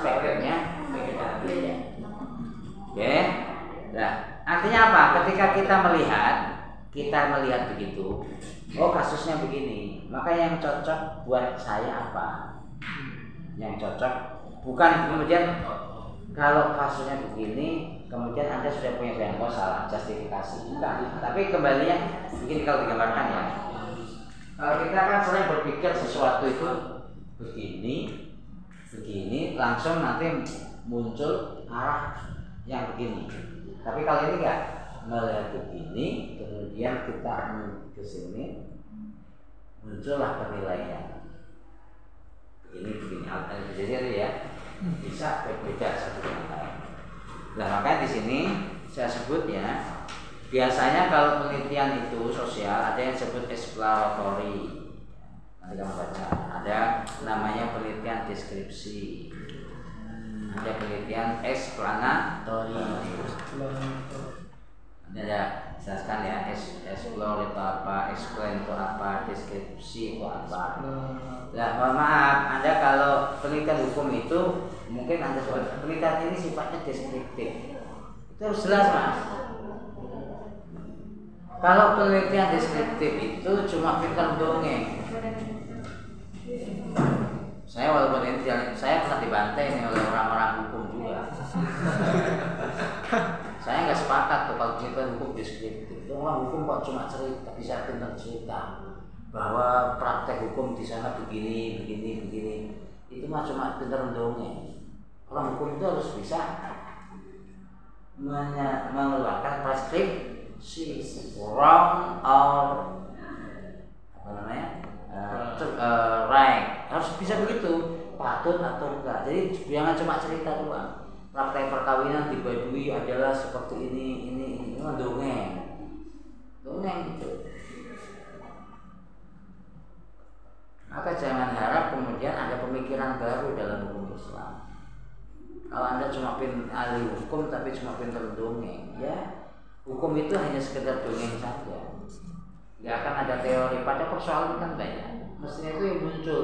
Oke. Nah, artinya apa? Ketika kita melihat begitu, oh kasusnya begini, maka yang cocok buat saya apa? Yang cocok bukan kemudian kalau kasusnya begini, kemudian Anda sudah punya banyak salah justifikasi, bukan. Tapi kembalinya begini kalau digambarkan ya. Kalau kita kan sering berpikir sesuatu itu begini, langsung nanti muncul arah yang begini. Tapi kalau ini enggak, melihat begini, kemudian kita ke sini, muncullah penilaian. Begini. Jadi ada ya, bisa berbeda satu dengan lain. Nah, makanya di sini saya sebut ya, biasanya kalau penelitian itu sosial ada yang disebut exploratory. Nanti kamu baca, ada namanya penelitian deskripsi, ada penelitian explanatory. Ini ada jelaskan ya, explore itu apa, explain itu apa, deskripsi itu apa. Nah, mohon maaf, Anda kalau penelitian hukum itu mungkin Anda sebut penelitian ini sifatnya deskriptif. Itu harus jelas, Mas. Kalau penelitian deskriptif itu cuma pintar dongeng. Saya walaupun ini saya pernah dibantai nih oleh orang-orang hukum juga. Saya nggak sepakat tuh kalau kita hukum deskriptif. Orang hukum kok cuma cerita, bisa pintar cerita bahwa praktek hukum di sana begini. Itu mah cuma pintar mendongeng. Orang hukum itu harus bisa mengeluarkan preskripsi, wrong or apa namanya, right, harus bisa begitu, patut atau enggak. Jadi jangan cuma cerita doang. Praktek perkawinan di Baduy adalah seperti ini dongeng gitu. Maka jangan harap kemudian ada pemikiran baru dalam hukum Islam. Kalau Anda cuma ahli hukum tapi cuma pintar dongeng, ya hukum itu hanya sekedar dongeng saja. Nggak akan ada teori. Pada persoalan kan banyak. Mestinya itu yang muncul.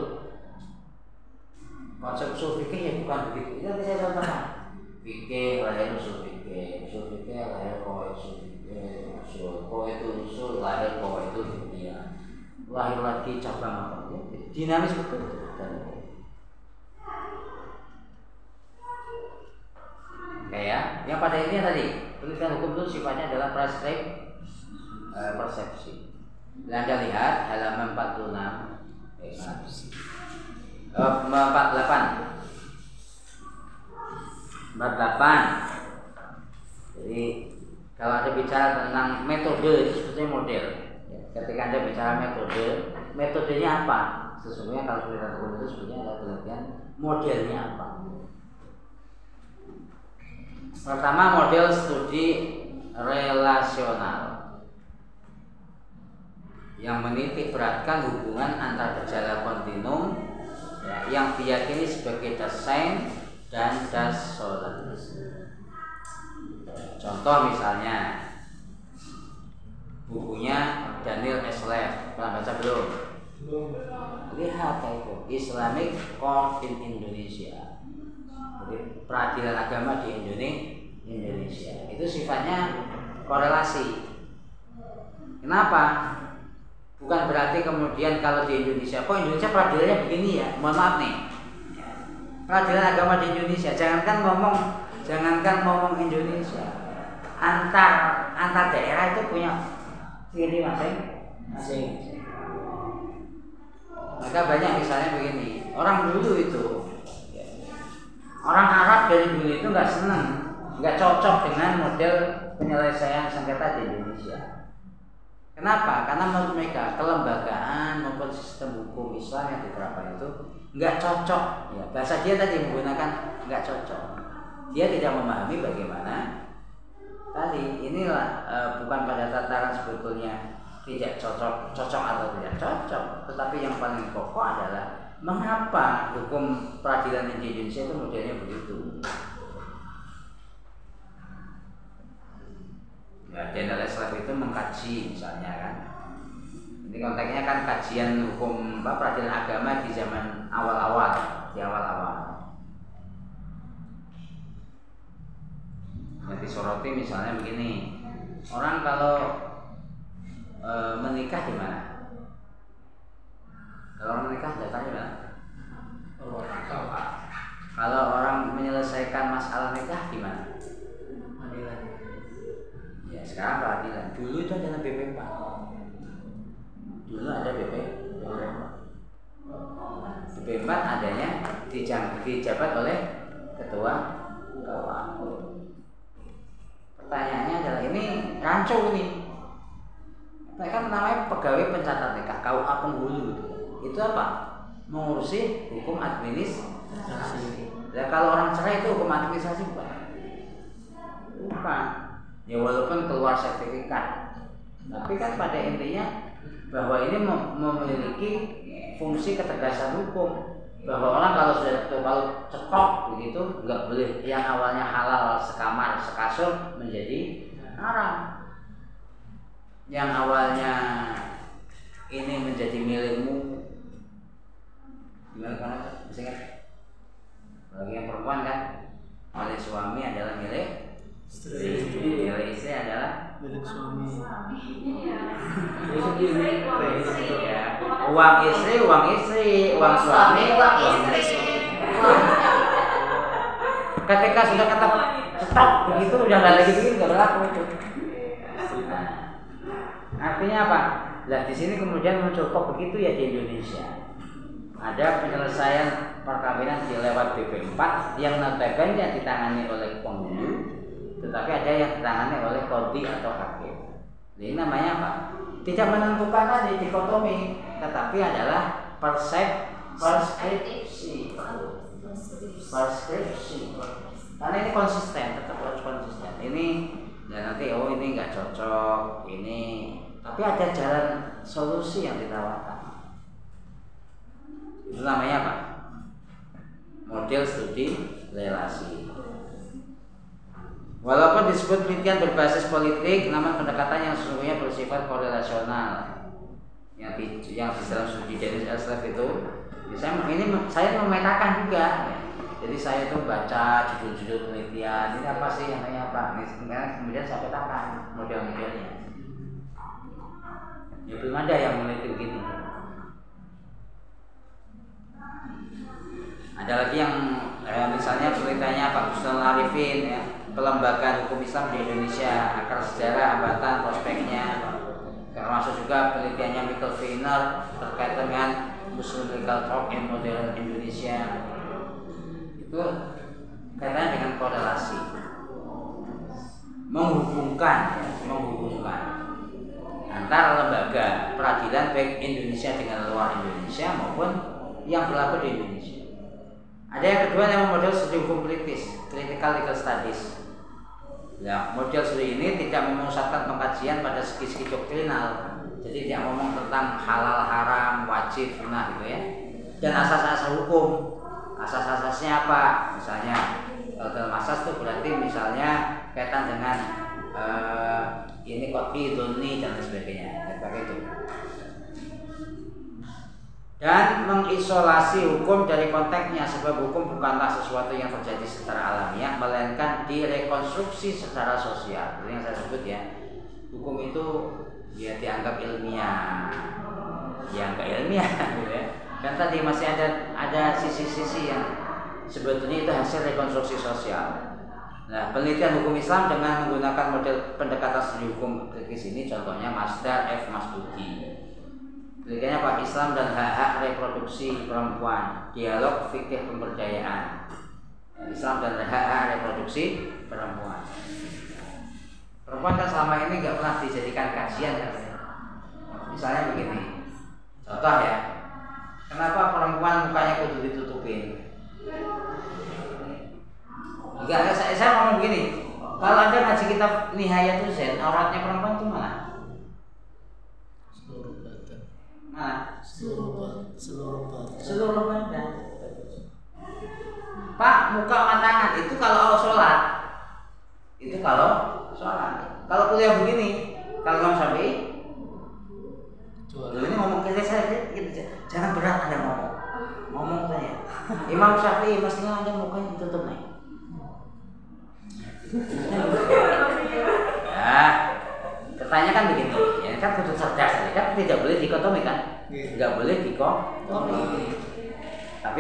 Konsep usul fikih ya bukan begitu. Itu saya contohkan. Fikih lahir usul fikih lahir qawaid usul fikih, qawaid itu usul lahir qawaid itu dunia. Lahir lagi cabang apa? Dinamis betul. Kayak yang pada ini tadi penelitian hukum itu sifatnya adalah persepsi. Dan Anda lihat halaman 46, 48. Jadi kalau Anda bicara tentang metode itu sebetulnya model. Ketika Anda bicara metodenya apa? Sesungguhnya kalau penelitian hukum itu sebetulnya adalah penelitian modelnya apa. Pertama, model studi relasional yang menitik beratkan hubungan antar gejala kontinum ya, yang diyakini sebagai desain dan dasolat. Contoh misalnya bukunya Daniel Eslev, pernah baca belum? Lihat itu Islamic Court in Indonesia. Jadi peradilan agama di Indonesia. Itu sifatnya korelasi. Kenapa? Bukan berarti kemudian kalau di Indonesia, kok Indonesia peradilannya begini ya? Mohon maaf nih. Peradilan agama di Indonesia, jangankan ngomong Indonesia, antar daerah itu punya ciri masing-masing. Maka banyak misalnya begini, orang dulu itu, orang Arab dari dulu itu nggak senang, nggak cocok dengan model penyelesaian sengketa di Indonesia. Kenapa? Karena menurut mereka kelembagaan maupun sistem hukum Islam yang diterapkan itu nggak cocok. Ya, bahasa dia tadi menggunakan nggak cocok. Dia tidak memahami bagaimana tadi inilah bukan pada tataran sebetulnya tidak cocok atau tidak cocok, tetapi yang paling pokok adalah mengapa hukum peradilan di Indonesia itu modelnya begitu. Ya, Daniel Eslev itu mengkaji misalnya kan. Ini konteksnya kan kajian hukum peradilan agama di zaman awal-awal, di awal-awal. Yang disoroti misalnya begini, orang kalau menikah di mana? Kalau orang menikah datangnya di mana? Kalau orang menyelesaikan masalah nikah di mana? Pengadilan. Ya sekarang peradilan. Dulu itu adalah BP4. Dulu ada BP4. BP4 adanya dijabat oleh ketua KUA. Pertanyaannya adalah ini rancu ini. Mereka namanya pegawai pencatat nikah KUA Penghulu. Itu apa? Mengurusi hukum administrasi. Nah, kalau orang cerai itu hukum administrasi bukan? Bukan. Ya walaupun keluar sertifikat, tapi kan pada intinya bahwa ini memiliki fungsi ketegasan hukum. Bahwa orang kalau sudah cekok begitu nggak boleh yang awalnya halal sekamar sekasur menjadi haram. Yang awalnya ini menjadi milikmu, gimana kan? Bisa ingat? Bagi yang perempuan kan, milik suami adalah milik istri, milik istri adalah milik suami. Ya. Uang istri, uang suami, uang istri. Ketika sudah kata stop begitu udah nggak lagi begini nggak berlaku itu. Nah, artinya apa? Lah di sini kemudian muncul kok begitu ya di Indonesia. Ada penyelesaian perkawinan di lewat BP4 yang notabene ditangani oleh penghulu, tetapi ada yang ditangani oleh qadhi atau hakim. Ini namanya apa? Tidak menentukan tadi dikotomi, tetapi adalah preskripsi. Karena ini konsisten, tetap harus konsisten. Ini dan nanti ini nggak cocok, ini tapi ada jalan solusi yang ditawarkan. Itu namanya apa? Model studi relasi. Walaupun disebut penelitian berbasis politik, namun pendekatan yang sesungguhnya bersifat korelasional. Yang di dalam studi Daniel Eslev itu, saya memetakan juga. Ya. Jadi saya itu baca judul-judul penelitian, ini apa sih yang namanya apa? Kemudian saya petakan model-modelnya. Ya belum ada yang meneliti begini. Ada lagi yang misalnya penelitiannya Pak Husnul Arifin ya, Pelembagaan Hukum Islam di Indonesia, akar sejarah, hambatan, prospeknya. Termasuk juga penelitiannya Michael Feiner terkait dengan Muslim Legal Talk in Modern Indonesia. Itu kaitannya dengan korelasi, menghubungkan antara lembaga peradilan baik Indonesia dengan luar Indonesia maupun yang berlaku di Indonesia. Ada yang kedua yang model studi hukum kritis, critical legal studies. Ya, model studi ini tidak memusatkan pengkajian pada segi-segi doktrinal, jadi tidak ngomong tentang halal, haram, wajib, sunnah gitu ya. Dan asas-asas hukum. Asas-asasnya apa? Misalnya dalam asas itu berarti misalnya kaitan dengan ini qadhi, dzunni dan sebagainya. Seperti itu. Dan mengisolasi hukum dari konteksnya, sebab hukum bukanlah sesuatu yang terjadi secara alamiah, melainkan direkonstruksi secara sosial. Itu yang saya sebut ya. Hukum itu ya dianggap ilmiah, gitu ya. Dan tadi masih ada sisi-sisi yang sebetulnya itu hasil rekonstruksi sosial. Nah, penelitian hukum Islam dengan menggunakan model pendekatan studi hukum kritis ini contohnya Masdar F. Masdudi. Penelitiannya Pak Islam dan hak-hak reproduksi perempuan, dialog fikih pemberdayaan. Islam dan hak-hak reproduksi perempuan. Perempuan kan selama ini nggak pernah dijadikan kajian katanya. Misalnya begini, contoh ya. Kenapa perempuan mukanya kudu ditutupin? Enggak, saya ngomong begini. Kalau Anda ngaji kitab Nihayatul Zain, auratnya perempuan itu mana? Mana? Seluruh badan. Pak, muka sama tangan itu kalau sholat. Itu kalau sholat. Kalau kuliah begini, kalau Imam Syafi'i, ini ngomong ke saya gitu, jangan berat Anda ngomong saya. Imam Syafi'i mestinya Anda mukanya ditutup nih. Ya, pertanyaan kan begini, ya kan kudu cerdas, kan tidak boleh dikotomi kan, nggak boleh dikotomi. Tapi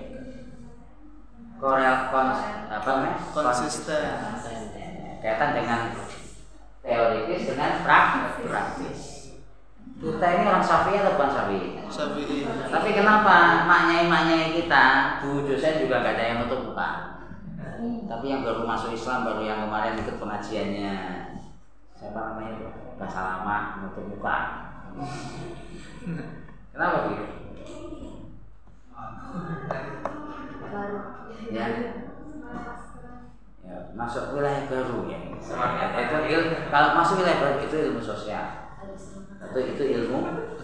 konsisten. Kaitan dengan teoritis dengan praktis. Kita ini orang Syafi'i atau bukan Syafi'i? Tapi kenapa maknyai kita, Bu dosen juga nggak ada yang nutup muka. Tapi yang baru masuk Islam, baru yang kemarin ikut pengajiannya, siapa namanya itu? Gak salah nutup muka. Kenapa gitu? Ya, masuk wilayah baru ya. Kalau masuk wilayah baru itu ilmu sosial. Itu ilmu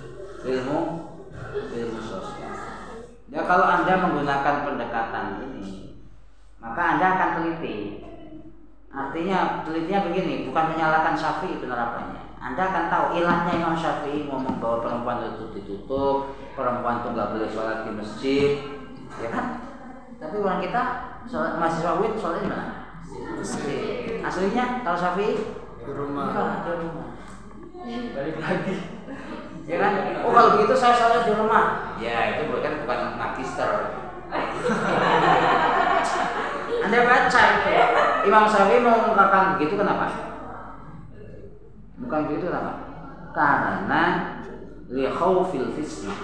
sosial. Ya kalau Anda menggunakan pendekatan ini, maka Anda akan teliti. Artinya telitinya begini, bukan menyalahkan Syafi'i penerapannya. Anda akan tahu ilahnya Imam Syafi'i ngomong bahwa perempuan itu ditutup, perempuan itu nggak boleh sholat di masjid, ya kan? Tapi orang kita sholat mahasiswa UIN sholatnya di mana? Aslinya kalau Syafi'i di rumah. Balik lagi. Ya kan? Oh kalau begitu saya sholat di rumah. Ya itu bukan magister. Anda baca itu. Imam Syafi'i mau mengatakan begitu kenapa? Bukan begitu kenapa? Karena li khaufil fitnah.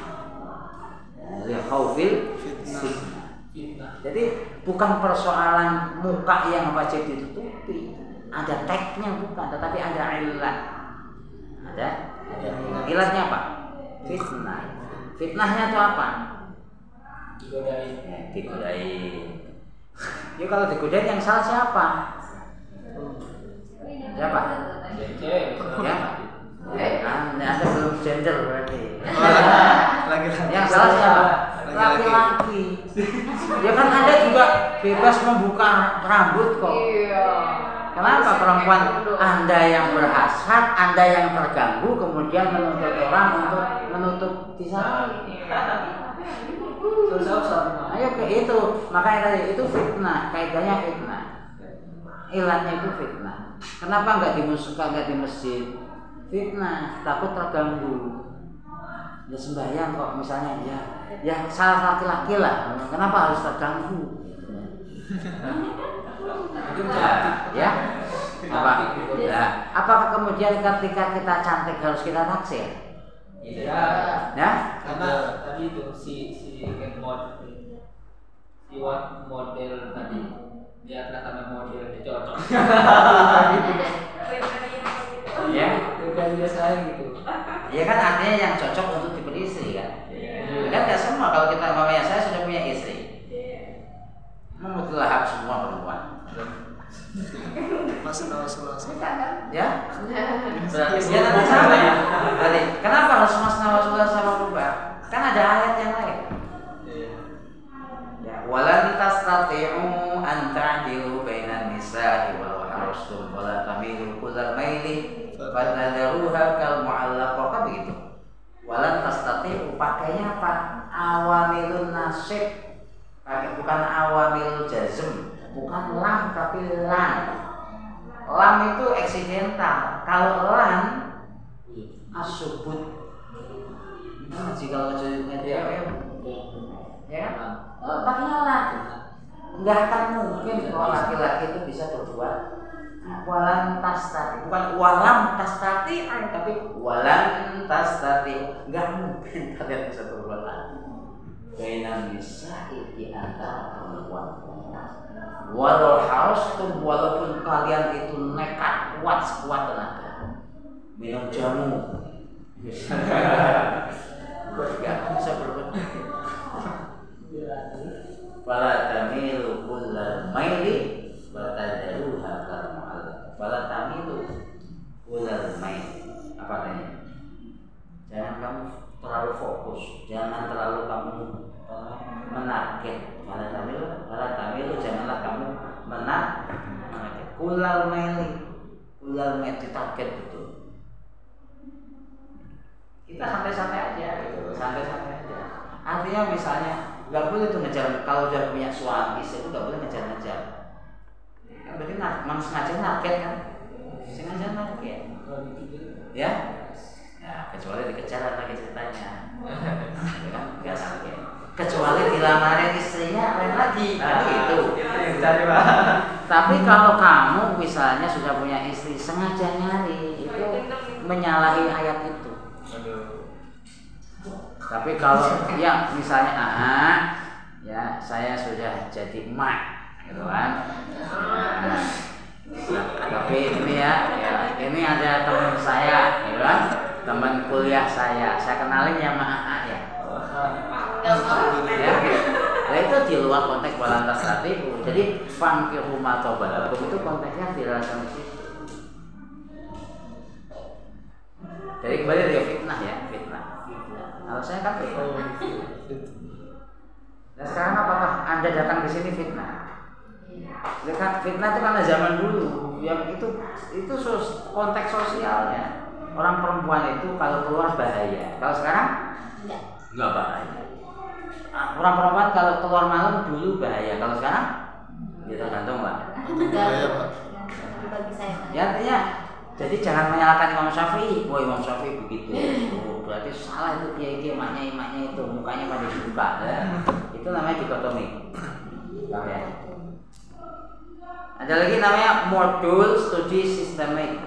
Jadi bukan persoalan muka yang wajib ditutupi, ada tagnya bukan, tetapi ada ilat. Ada ilatnya apa? Fitnah. Fitnahnya itu apa? Digodain. Ya kalau digodain yang salah siapa? Siapa? Ya. Anda belum gender berarti. Laki-laki. Yang salah siapa? Laki-laki. Ya kan Anda juga bebas membuka rambut kok. Kenapa perempuan Anda yang berhasrat, Anda yang terganggu, kemudian menuntut orang untuk menutup di sana? Ayo ke itu, makanya tadi itu fitnah, kaidahnya fitnah. Ilatnya itu fitnah. Kenapa nggak di masjid? Fitnah, takut terganggu. Ya sembahyang kok misalnya ya salah laki-laki lah. Kenapa harus terganggu? Ya. Apa? Ya. Apakah kemudian ketika kita cantik harus kita taksir? Iya. Ya? Karena tadi itu si model tadi dia kata model dia cocok. Ya. Bukan biasa gitu. Ya kan artinya yang cocok untuk diberi istri kan? Kan nggak semua kalau kita mamanya saya sudah punya istri. Memutlah semua perempuan. Ya? Berarti ya nanti sama ya. Berarti kenapa harus masnawasulah sama perempuan? Kan ada ayat yang lain. Ya, walan tastati'u an ta'dilu bainan nisa'i walau harastum wala tamilu kullal maili fatadharuha kal mu'allaqah, kan begitu. Walan tastati'u pakainya apa? Awamilun nasib. Pakai bukan awamilul jazm, bukan lam tapi lam. Lam itu eksidental. Kalau lam asubut. Nah, jika wajibnya dia ya kan? Pakai lam. Enggak akan mungkin kalau laki-laki itu bisa berbuat walan tastati, bukan walam tastati, tapi walan tastati. Enggak mungkin kalian bisa berbuat lagi. Bainan nisa'i di antara perempuan. Walau harastum, walaupun kalian itu nekat kuat sekuat tenaga minum jamu, enggak bisa berbuat. Fala tamilu kullal maili wa tadruha kal mu'allaq. Fala tamilu kullal maili. Apa artinya? Jangan kamu terlalu ulal meli target betul. Kita santai-santai aja gitu, santai-santai aja. Artinya misalnya nggak boleh tuh ngejar, kalau udah punya suami itu nggak boleh ngejar-ngejar. Kan berarti sengaja target kan? Sengaja target. Ya? Ya kecuali dikejar lagi ceritanya. Ya kan nggak target. Kecuali dilamarin istrinya lain lagi, kan gitu. Cari Pak. Tapi kalau kamu misalnya sudah punya istri sengaja nyari, itu menyalahi ayat itu. Tapi kalau ya misalnya ya saya sudah jadi emak gitu kan. Nah, tapi ini ya ini ada teman saya gitu kan, teman kuliah saya kenalin ya sama AA ya. Ya. Nah itu di luar konteks walantas ratiku. Jadi fankihu ma taba lakum itu konteksnya tidak sama situ. Jadi kembali dia fitnah ya, fitnah. Kalau saya kan fitnah. Nah sekarang apakah Anda datang ke sini fitnah? Dekat fitnah itu karena zaman dulu yang itu konteks sosialnya. Orang perempuan itu kalau keluar bahaya. Kalau sekarang enggak bahaya. Orang perempuan kalau keluar malam dulu bahaya. Kalau sekarang ya tergantung lah. Bahaya Pak. Bagi saya. Ya artinya jadi jangan menyalahkan Imam Syafi'i. Wah Imam Syafi'i begitu. Oh, berarti salah itu dia emaknya itu mukanya pada dibuka. Ya. Itu namanya dikotomi. Paham ya? Ada lagi namanya modul studi sistemik.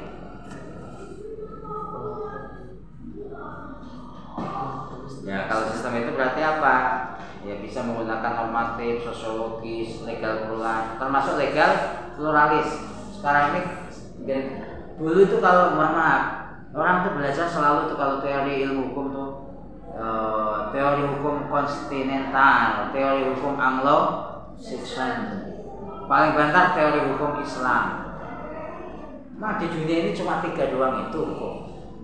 Ya kalau sistem itu berarti apa? Ya bisa menggunakan normatif, sosiologis, legal termasuk legal pluralis. Sekarang ini dulu itu kalau orang tuh belajar selalu tuh kalau teori ilmu hukum tuh teori hukum kontinental, teori hukum Anglo-Saxon, paling banter teori hukum Islam. Nah di dunia ini cuma 3 doang itu hukum.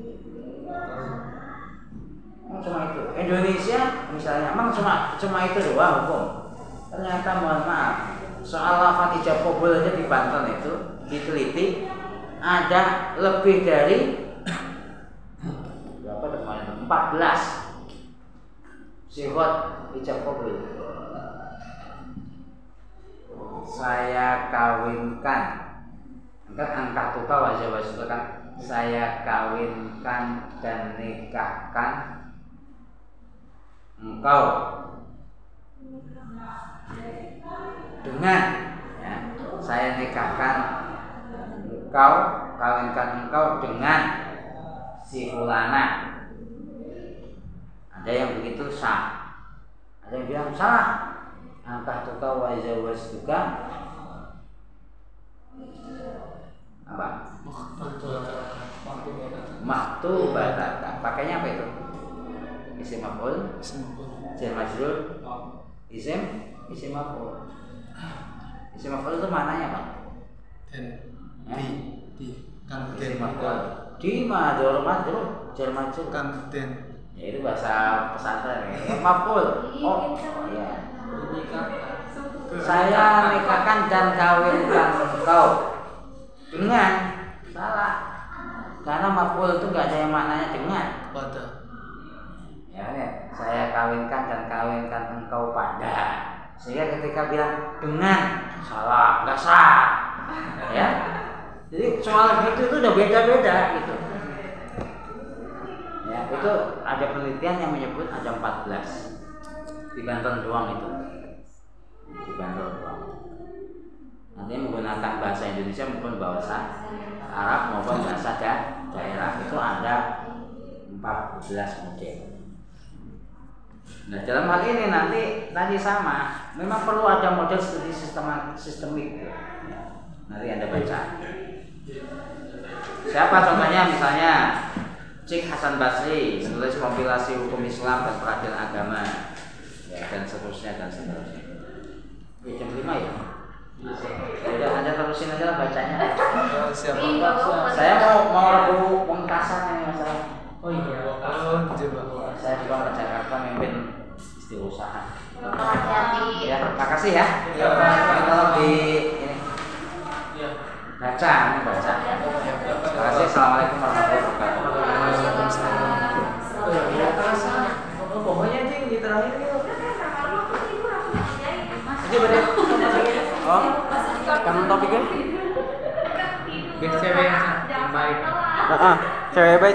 Cuma itu. Indonesia misalnya emang cuma itu doang hukum. Ternyata mohon maaf soal lafaz ijab qabul aja di Banten itu diteliti ada lebih dari berapa teman 14 sifat ijab qabul. Saya kawinkan angka total wajah itu kan saya kawinkan dan nikahkan engkau dengan ya, saya nikahkan engkau, kawinkan engkau dengan si fulana. Ada yang begitu sah, ada yang bilang salah. Angkah tukau wa zawwajtuka apa? Maktubataka. Pakainya apa itu? Isim maf'ul, jar majrur, isim maf'ul. Isim maf'ul itu maknanya apa? Kan isim maf'ul. Di madhur majrur, jar majrur kan ya itu bahasa pesantren ya. Maf'ul. Oh iya. Saya nikahkan dan kawinkan engkau dengan salah. Karena maf'ul itu enggak ada yang maknanya dengan pada. Ya, saya kawinkan dan kawinkan engkau pada. Sehingga ketika bilang dengan salah, enggak sah. Ya. Jadi soal gitu itu udah beda-beda gitu. Ya, itu ada penelitian yang menyebut ada 14 di Banten doang itu. Di Banten doang. Nanti menggunakan bahasa Indonesia maupun bahasa Arab maupun bahasa daerah itu ada 14 model. Nah dalam hal ini nanti tadi sama, memang perlu ada model studi sistemik. Nanti Anda baca. Siapa contohnya misalnya Syekh Hasan Basri menulis kompilasi hukum Islam dan peradilan agama, ya, dan seterusnya. Jam 5 ya. Udah Anda terusin aja lah bacanya. Siapa? Saya mau rabu pengkasan ini masalah. Oh iya. Coba. Saya juga ke Jakarta memimpin istiusaha. Hati-hati. Ya, makasih ya. Ya. Kalau di ini baca Biar cewek yang lima itu. Cewek baik